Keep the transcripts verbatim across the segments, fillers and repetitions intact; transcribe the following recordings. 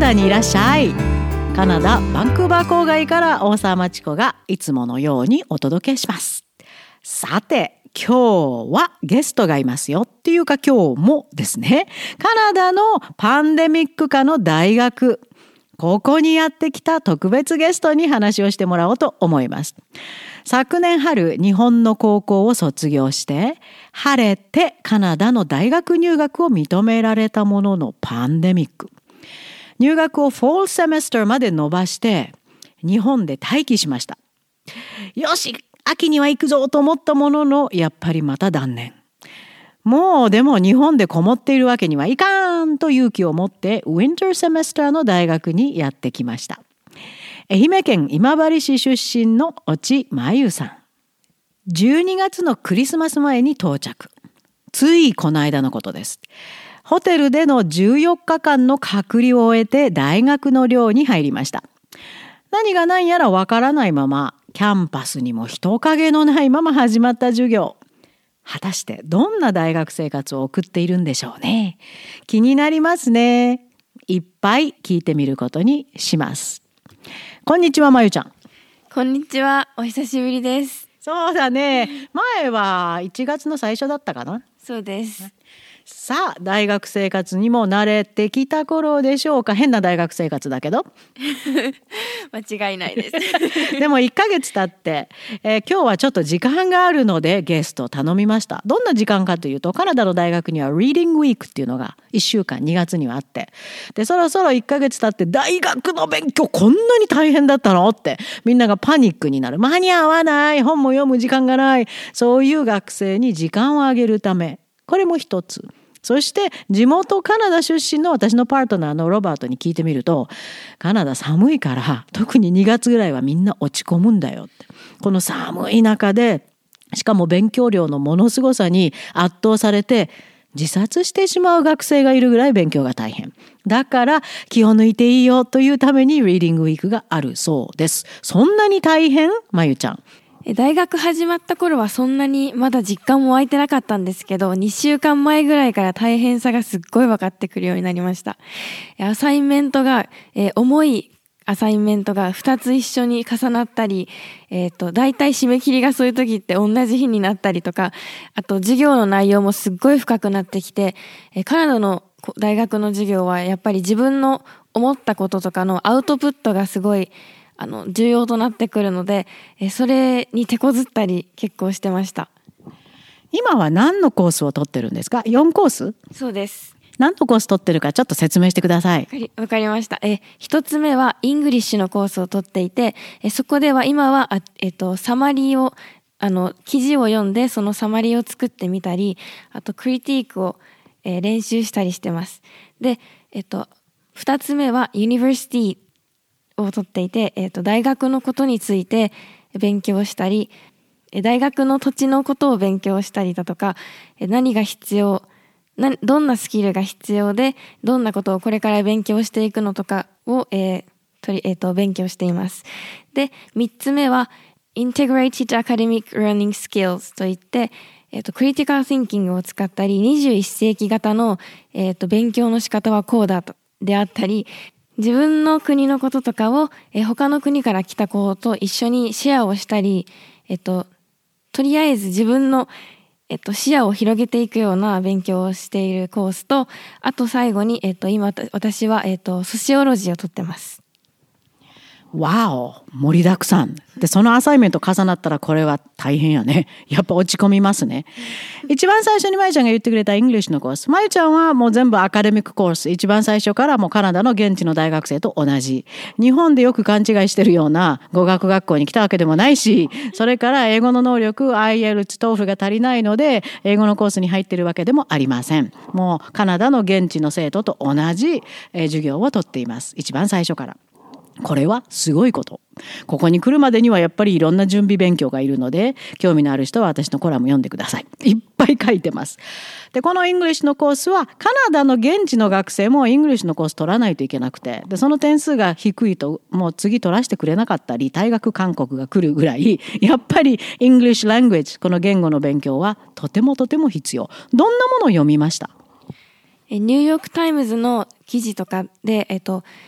ダにいらっしゃい。カナダバンクーバー郊外から大沢まちこがいつものようにお届けします。さて今日はゲストがいますよっていうか今日もですね、カナダのパンデミック下の大学、ここにやってきた特別ゲストに話をしてもらおうと思います。昨年春、日本の高校を卒業して晴れてカナダの大学入学を認められたもののパンデミック、入学をフォールセメスターまで伸ばして日本で待機しました。よし秋には行くぞと思ったもののやっぱりまた断念。もうでも日本でこもっているわけにはいかんと勇気を持ってウィンターセメスターの大学にやってきました。愛媛県今治市出身の越智真由さん。じゅうにがつのクリスマス前に到着。ついこの間のことです。ホテルでのじゅうよっかかんの隔離を終えて大学の寮に入りました。何が何やらわからないまま、キャンパスにも人影のないまま始まった授業。果たしてどんな大学生活を送っているんでしょうね。気になりますね。いっぱい聞いてみることにします。こんにちは、まゆちゃん。 こんにちは、お久しぶりです。 そうだね。前はいちがつの最初だったかな。 そうです。 さあ大学生活にも慣れてきた頃でしょうか。変な大学生活だけど間違いないですでもいっかげつ経って、えー、今日はちょっと時間があるのでゲストを頼みました。どんな時間かというと、カナダの大学には Reading Week っていうのがいっしゅうかんにがつにはあって、でそろそろいっかげつ経って大学の勉強こんなに大変だったのってみんながパニックになる。間に合わない、本も読む時間がない、そういう学生に時間をあげるため、これも一つ。そして地元カナダ出身の私のパートナーのロバートに聞いてみると、カナダ寒いから特ににがつぐらいはみんな落ち込むんだよって。この寒い中でしかも勉強量のものすごさに圧倒されて自殺してしまう学生がいるぐらい勉強が大変だから気を抜いていいよというためにリーディングウィークがあるそうです。そんなに大変？まゆちゃん。 大学始まった頃はそんなにまだ実感も湧いてなかったんですけど、にしゅうかんまえぐらいから大変さがすっごい分かってくるようになりました。アサインメントが、えー、重いアサインメントがふたつ一緒に重なったり、えっと、大体締め切りがそういう時って同じ日になったりとか、あと授業の内容もすっごい深くなってきて、カナダの大学の授業はやっぱり自分の思ったこととかのアウトプットがすごいあの重要となってくるので、それに手こずったり結構してました。 今は何のコースを取ってるんですか？よんコース？ そうです。 何のコース取ってるかちょっと説明してください。 わかり、わかりました。え、一つ目はイングリッシュのコースを取っていて、えそこでは今はあ、えっと、サマリーをあの記事を読んでそのサマリーを作ってみたり、あとクリティークを、えー、練習したりしてます。で、えっと、二つ目はユニバーシティを取っていて、えっと、大学のことについて勉強したり、大学の土地のことを勉強したりだとか、何が必要、などんなスキルが必要で、どんなことをこれから勉強していくのとかを、えーとりえー、と勉強しています。で、三つ目は Integrated Academic Learning Skills といって、えー、とクリティカル・シンキングを使ったり、にじゅういっせいき型の、えー、と勉強の仕方はこうだとであったり、自分の国のこととかを、えー、他の国から来た子と一緒にシェアをしたり、えっ、ー、ととりあえず自分のえっと、視野を広げていくような勉強をしているコースと、あと最後に、えっと、今、私は、えっと、ソシオロジーを取ってます。 わお、盛りだくさんで、そのアサイメント重なったらこれは大変やね。やっぱ落ち込みますね。一番最初にまゆちゃんが言ってくれたイングリッシュのコース、まゆちゃんはもう全部アカデミックコース、一番最初からもうカナダの現地の大学生と同じ。日本でよく勘違いしてるような語学学校に来たわけでもないし、それから英語の能力 アイエルツ、トーフル が足りないので英語のコースに入ってるわけでもありません。もうカナダの現地の生徒と同じ授業を取っています。一番最初から。これはすごいこと。ここに来るまでにはやっぱりいろんな準備勉強がいるので、興味のある人は私のコラム読んでください。いっぱい書いてます。で、このイングリッシュのコースはカナダの現地の学生もイングリッシュのコース取らないといけなくて、でその点数が低いともう次取らせてくれなかったり、退学勧告が来るぐらい、やっぱりイングリッシュラングエッジ、この言語の勉強はとてもとても必要。どんなものを読みました？ ニューヨークタイムズの記事とかで、えっと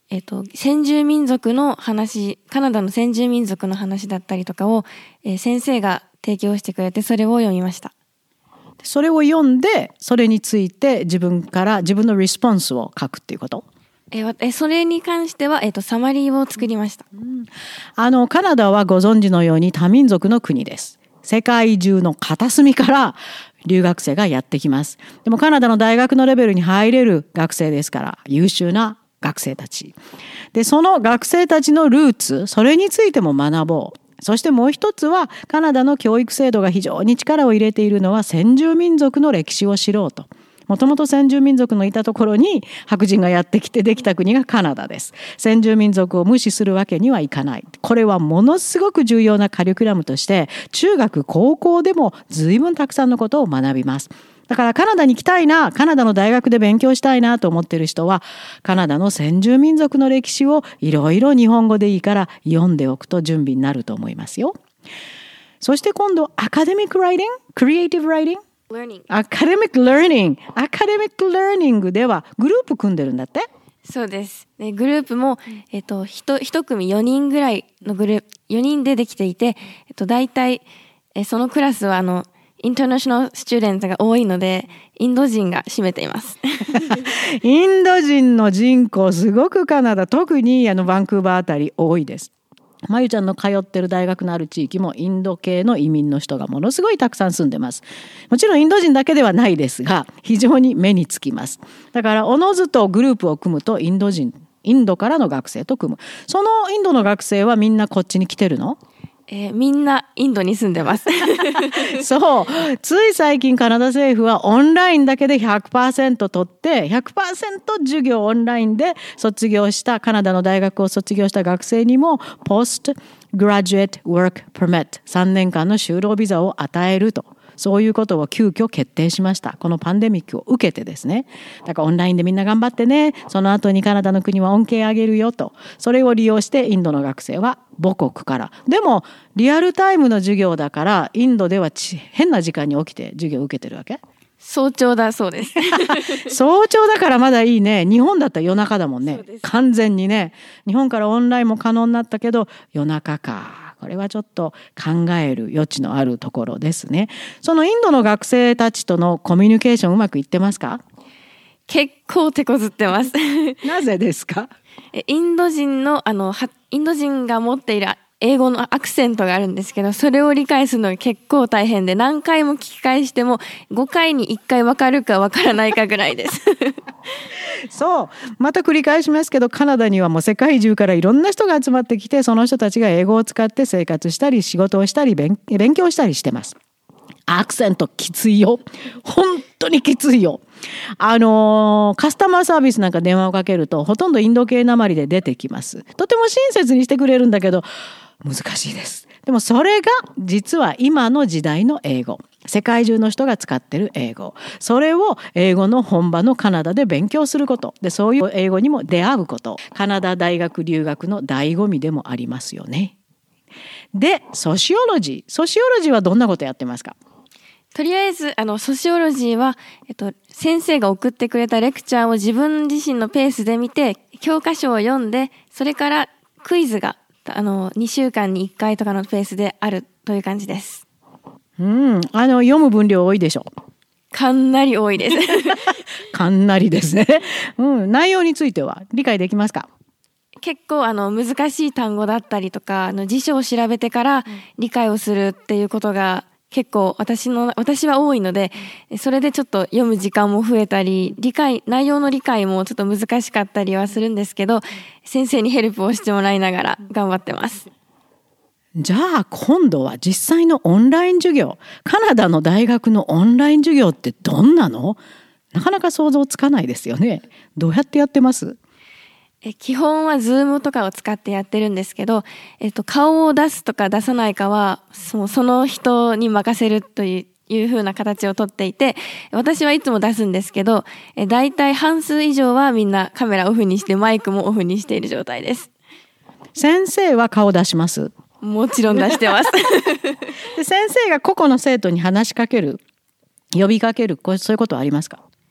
えっと、先住民族の話、カナダの先住民族の話だったりとかを、えー、先生が提供してくれて、それを読みました。 それを読んで、それについて自分から自分のリスポンスを書くっていうこと？ えー、えそれに関しては、えっと、サマリーを作りました。 うん、あの、カナダはご存知のように多民族の国です。世界中の片隅から留学生がやってきます。でもカナダの大学のレベルに入れる学生ですから、優秀な学生たち。で、その学生たちのルーツ、それについても学ぼう。そしてもう一つは、カナダの教育制度が非常に力を入れているのは先住民族の歴史を知ろうと。もともと先住民族のいたところに白人がやってきてできた国がカナダです。先住民族を無視するわけにはいかない。これはものすごく重要なカリキュラムとして、中学、高校でも随分たくさんのことを学びます。だからカナダに行きたいな、カナダの大学で勉強したいなと思っている人は、カナダの先住民族の歴史をいろいろ日本語でいいから読んでおくと準備になると思いますよ。そして今度、アカデミックライティング、クリエイティブライティング、 Learning。 アカデミックラーニング、アカデミックラーニングではグループ組んでるんだって？ そうです。でグループも、えっと、一、一組よにんぐらいのグループ、よにんでできていて、えっと、大体、えそのクラスは、あの、インターナショナルスチューデントが多いので、インド人が占めています。 インド人の人口、すごくカナダ、特にあのバンクーバーあたり多いです。まゆちゃんの通ってる大学のある地域もインド系の移民の人がものすごいたくさん住んでます。もちろんインド人だけではないですが、非常に目につきます。だからおのずとグループを組むとインド人、インドからの学生と組む。そのインドの学生はみんなこっちに来てるの？ えー、みんなインドに住んでます。 そう。つい最近カナダ政府はオンラインだけで ひゃくパーセント 取って、ひゃくパーセント 授業オンラインで卒業した、カナダの大学を卒業した学生にも、ポストグラジュエットワークパーミット、さんねんかんの就労ビザを与えると。そういうことを急遽決定しました。このパンデミックを受けてですね。だからオンラインでみんな頑張ってね。その後にカナダの国は恩恵あげるよと。それを利用してインドの学生は母国から。でもリアルタイムの授業だからインドでは変な時間に起きて授業を受けてるわけ？ 早朝だそうです。 早朝だからまだいいね。日本だったら夜中だもんね。完全にね。日本からオンラインも可能になったけど夜中か。これはちょっと考える余地のあるところですね。そのインドの学生たちとのコミュニケーションうまくいってますか？ 結構手こずってます。 なぜですか？ インド人の、あの、インド人が持っている英語のアクセントがあるんですけど、それを理解するのが結構大変で、何回も聞き返してもごかいにいっかい分かるか分からないかぐらいです。 そう。また繰り返しますけど、カナダにはもう世界中からいろんな人が集まってきて、その人たちが英語を使って生活したり、仕事をしたり、勉強したりしてます。アクセントきついよ。本当にきついよ。あのー、カスタマーサービスなんか電話をかけると、ほとんどインド系なまりで出てきます。とても親切にしてくれるんだけど、難しいです。でもそれが実は今の時代の英語。世界中の人が使ってる英語。それを英語の本場のカナダで勉強すること。で、そういう英語にも出会うこと。カナダ大学留学の醍醐味でもありますよね。で、ソシオロジー。ソシオロジーはどんなことやってますか？ とりあえず、あの、ソシオロジーは、えっと、先生が送ってくれたレクチャーを自分自身のペースで見て、教科書を読んで、それからクイズが、あの、にしゅうかんにいっかいとかのペースであるという感じです。 うん、あの、読む分量多いでしょ？ かなり多いです。 かなりですね。うん、内容については理解できますか？ 結構あの難しい単語だったりとか、あの辞書を調べてから理解をするっていうことが結構私の、私は多いので、それでちょっと読む時間も増えたり、理解、内容の理解もちょっと難しかったりはするんですけど、先生にヘルプをしてもらいながら頑張ってます。 じゃあ今度は実際のオンライン授業。カナダの大学のオンライン授業ってどんなの？なかなか想像つかないですよね。どうやってやってます？ え基本はズームとかを使ってやってるんですけど、えっと、顔を出すとか出さないかは、その、その人に任せるという、いう風な形をとっていて、私はいつも出すんですけど、え大体半数以上はみんなカメラオフにしてマイクもオフにしている状態です。 先生は顔出します？ もちろん出してます。 で先生が個々の生徒に話しかける、呼びかける、こうそういうことはありますか？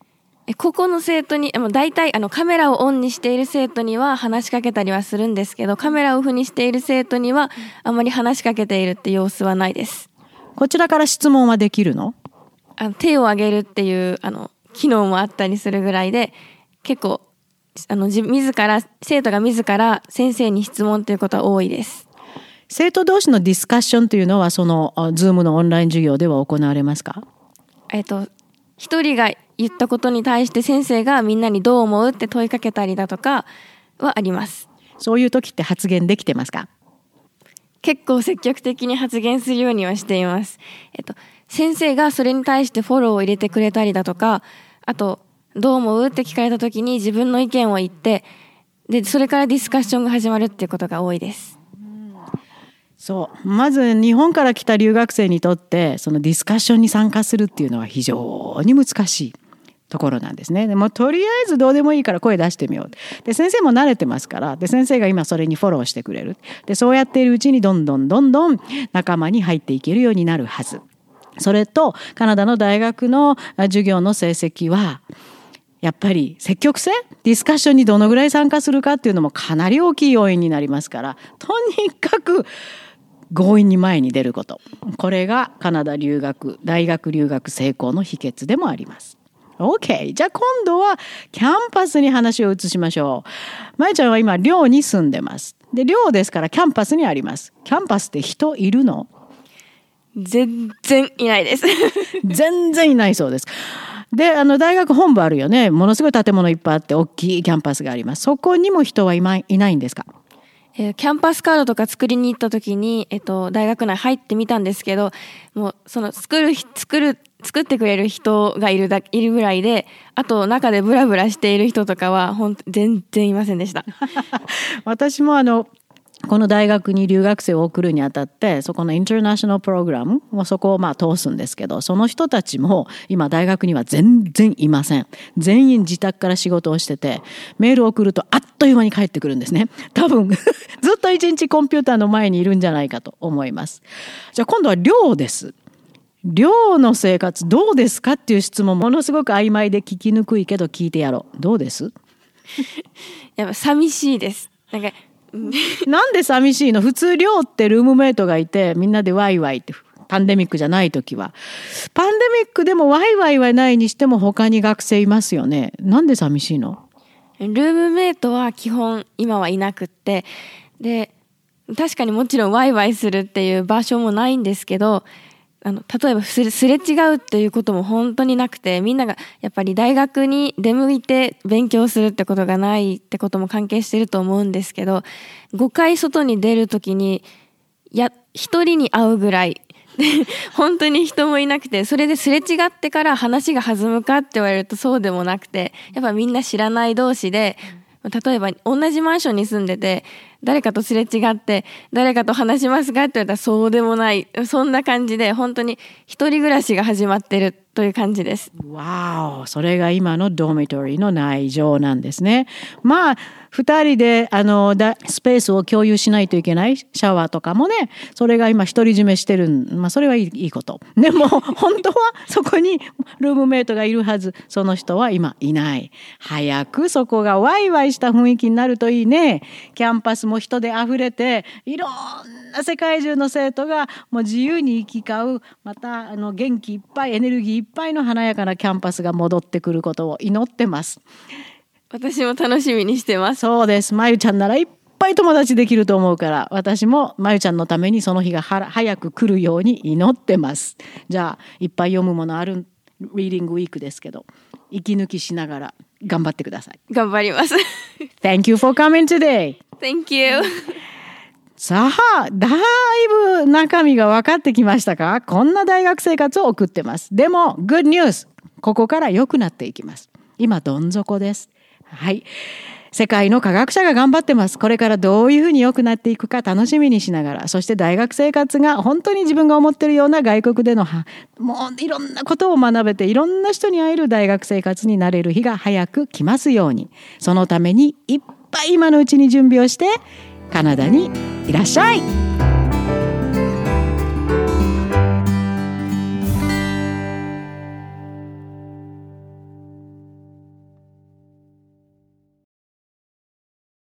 えここの生徒にもう大体あのカメラをオンにしている生徒には話しかけたりはするんですけど、カメラをオフにしている生徒にはあまり話しかけているって様子はないです。 こちらから質問はできるの？ あの手を挙げるっていうあの機能もあったりするぐらいで、結構あの自自ら生徒が自ら先生に質問ということは多いです。 生徒同士のディスカッションというのはその Zoom のオンライン授業では行われますか？ えっと一人が言ったことに対して先生がみんなにどう思うって問いかけたりだとかはあります。 そういう時って発言できてますか？ 結構積極的に発言するようにはしています。えっと先生がそれに対してフォローを入れてくれたりだとか、あとどう思うって聞かれた時に自分の意見を言って、でそれからディスカッションが始まるっていうことが多いです。 そうまず日本から来た留学生にとってそのディスカッションに参加するっていうのは非常に難しいところなんですね。でもとりあえずどうでもいいから声出してみよう。で先生も慣れてますから、で先生が今それにフォローしてくれる。でそうやっているうちにどんどんどんどん仲間に入っていけるようになるはず。それとカナダの大学の授業の成績はやっぱり積極性、ディスカッションにどのぐらい参加するかっていうのもかなり大きい要因になりますから、とにかく強引に前に出ること、これがカナダ留学大学留学成功の秘訣でもあります。 OK、 じゃあ今度はキャンパスに話を移しましょう。まゆちゃんは今寮に住んでます。で寮ですからキャンパスにあります。キャンパスって人いるの？ 全然いないです全然いないそうです。であの大学本部あるよね。ものすごい建物いっぱいあって大きいキャンパスがあります。そこにも人はいまいないんですか？ えー、キャンパスカードとか作りに行った時に、えっと、大学内入ってみたんですけど、もうその作る作る作ってくれる人がいるだいるぐらいで、あと中でブラブラしている人とかは本当全然いませんでした私もあのこの大学に留学生を送るにあたってそこのインターナショナルプログラムもそこをまあ通すんですけど、その人たちも今大学には全然いません。全員自宅から仕事をしてて、メールを送るとあっという間に帰ってくるんですね。多分ずっと一日コンピューターの前にいるんじゃないかと思います。じゃあ今度は寮です。寮の生活どうですかっていう質問、ものすごく曖昧で聞きにくいけど聞いてやろう。どうです？ やっぱ寂しいです。なんかなんで寂しいの？普通寮ってルームメイトがいてみんなでワイワイって、パンデミックじゃない時は。パンデミックでもワイワイはないにしても他に学生いますよね。なんで寂しいの？ ルームメイトは基本今はいなくって、で確かにもちろんワイワイするっていう場所もないんですけど、あの例えばすれ、すれ違うっていうことも本当になくて、みんながやっぱり大学に出向いて勉強するってことがないってことも関係してると思うんですけど、ごかい外に出るときにや一人に会うぐらい本当に人もいなくて、それですれ違ってから話が弾むかって言われるとそうでもなくて、やっぱみんな知らない同士で、例えば同じマンションに住んでて誰かとすれ違って誰かと話しますかって言われたらそうでもない、そんな感じで本当に一人暮らしが始まってるという感じです。 わお、それが今のドミトリーの内情なんですね。まあふたりであのだスペースを共有しないといけないシャワーとかもね、それが今独り占めしてる、まあそれはいい、いいこと。でも本当はそこにルームメイトがいるはず。その人は今いない。早くそこがワイワイした雰囲気になるといいね。キャンパスも人であふれて、いろんな世界中の生徒がもう自由に行き交う、またあの元気いっぱいエネルギーいっぱいの華やかなキャンパスが戻ってくることを祈ってます。 私も楽しみにしてます。 そうです。まゆちゃんならいっぱい友達できると思うから、私もまゆちゃんのためにその日がは早く来るように祈ってます。じゃあいっぱい読むものあるリーディングウィークですけど、息抜きしながら頑張ってください。 頑張ります。 Thank you for coming today. Thank you. さあ、だいぶ中身が分かってきましたか？こんな大学生活を送ってます。でも、Good news! ここから良くなっていきます。今、どん底です。はい。世界の科学者が頑張ってます。これからどういうふうに良くなっていくか楽しみにしながら、そして大学生活が本当に自分が思っているような外国でのもういろんなことを学べて、いろんな人に会える大学生活になれる日が早く来ますように。そのためにいっぱい今のうちに準備をしてカナダにいらっしゃい。